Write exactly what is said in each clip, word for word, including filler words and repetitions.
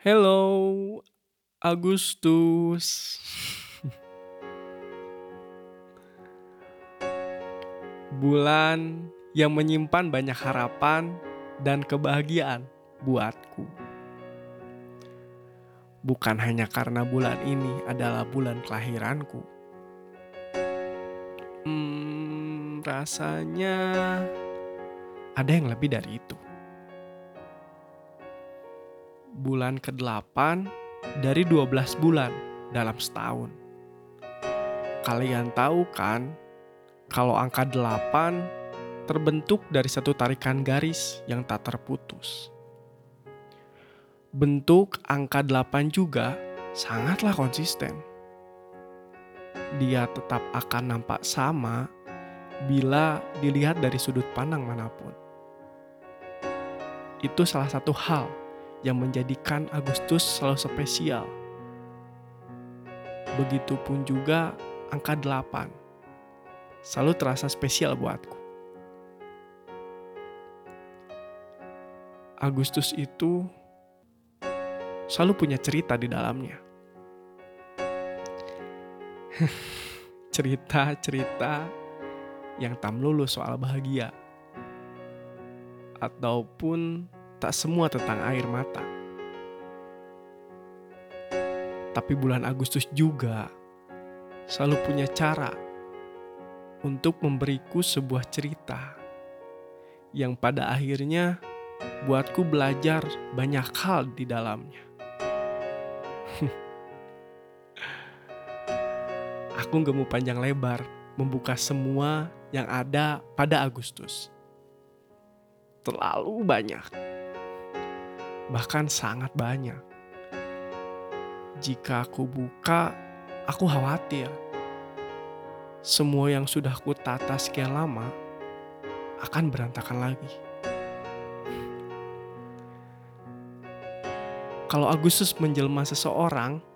Hello, Agustus. Bulan yang menyimpan banyak harapan dan kebahagiaan buatku. Bukan hanya karena bulan ini adalah bulan kelahiranku. Hmm, rasanya ada yang lebih dari itu. Bulan kedelapan dari dua belas bulan dalam setahun. Kalian tahu kan, kalau angka delapan terbentuk dari satu tarikan garis yang tak terputus. Bentuk angka delapan juga sangatlah konsisten. Dia tetap akan nampak sama bila dilihat dari sudut pandang manapun. Itu salah satu hal yang menjadikan Agustus selalu spesial. Begitupun juga angka delapan. Selalu terasa spesial buatku. Agustus itu selalu punya cerita di dalamnya. Cerita-cerita yang tak melulu soal bahagia. Ataupun tak semua tentang air mata. Tapi bulan Agustus juga selalu punya cara untuk memberiku sebuah cerita yang pada akhirnya buatku belajar banyak hal di dalamnya. Aku gak mau panjang lebar membuka semua yang ada pada Agustus. Terlalu banyak. Bahkan sangat banyak. Jika aku buka, aku khawatir semua yang sudah kutata sekian lama akan berantakan lagi. Kalau Agustus menjelma seseorang,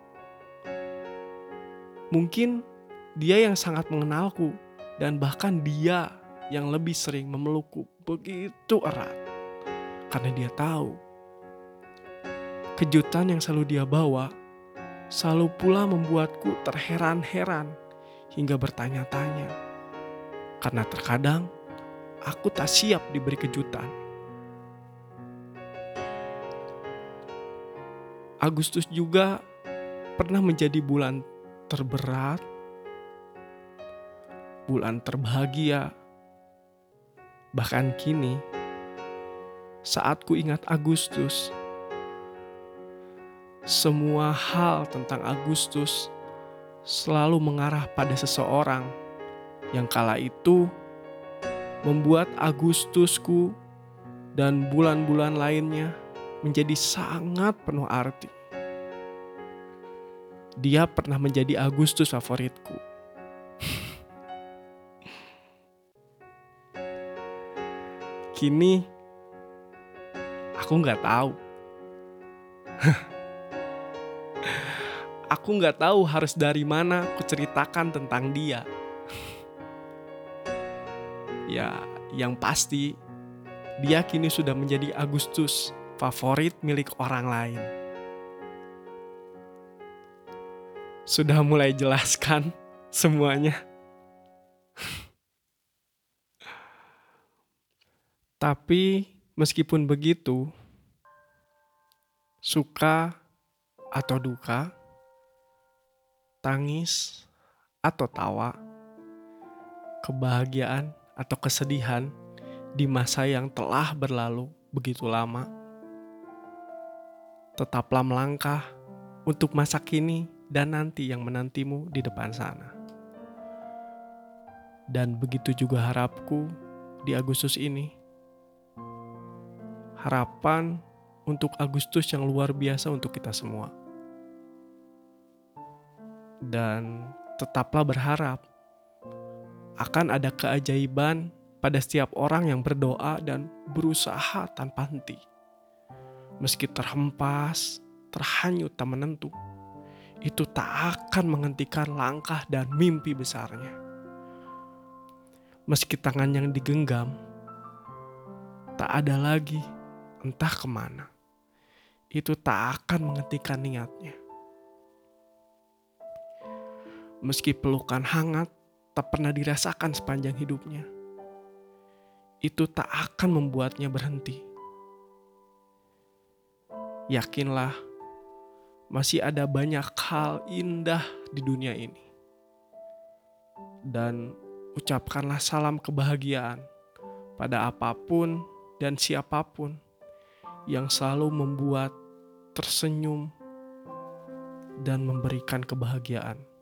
mungkin dia yang sangat mengenalku dan bahkan dia yang lebih sering memelukku begitu erat. Karena dia tahu kejutan yang selalu dia bawa selalu pula membuatku terheran-heran hingga bertanya-tanya. Karena terkadang aku tak siap diberi kejutan. Agustus juga pernah menjadi bulan terberat, bulan terbahagia. Bahkan kini, saat ku ingat Agustus, semua hal tentang Agustus selalu mengarah pada seseorang yang kala itu membuat Agustusku dan bulan-bulan lainnya menjadi sangat penuh arti. Dia pernah menjadi Agustus favoritku. Kini aku nggak tahu. Aku nggak tahu harus dari mana kuceritakan tentang dia. Ya, yang pasti dia kini sudah menjadi Agustus favorit milik orang lain. Sudah mulai jelaskan semuanya. Tapi meskipun begitu, suka atau duka, tangis atau tawa, kebahagiaan atau kesedihan di masa yang telah berlalu begitu lama, tetaplah melangkah untuk masa kini dan nanti yang menantimu di depan sana. Dan begitu juga harapku di Agustus ini. Harapan untuk Agustus yang luar biasa untuk kita semua. Dan tetaplah berharap akan ada keajaiban pada setiap orang yang berdoa dan berusaha tanpa henti. Meski terhempas, terhanyut tak menentu, itu tak akan menghentikan langkah dan mimpi besarnya. Meski tangan yang digenggam, tak ada lagi entah kemana. itu tak akan menghentikan niatnya. Meski pelukan hangat tak pernah dirasakan sepanjang hidupnya, itu tak akan membuatnya berhenti. Yakinlah, masih ada banyak hal indah di dunia ini. Dan ucapkanlah salam kebahagiaan pada apapun dan siapapun yang selalu membuat tersenyum dan memberikan kebahagiaan.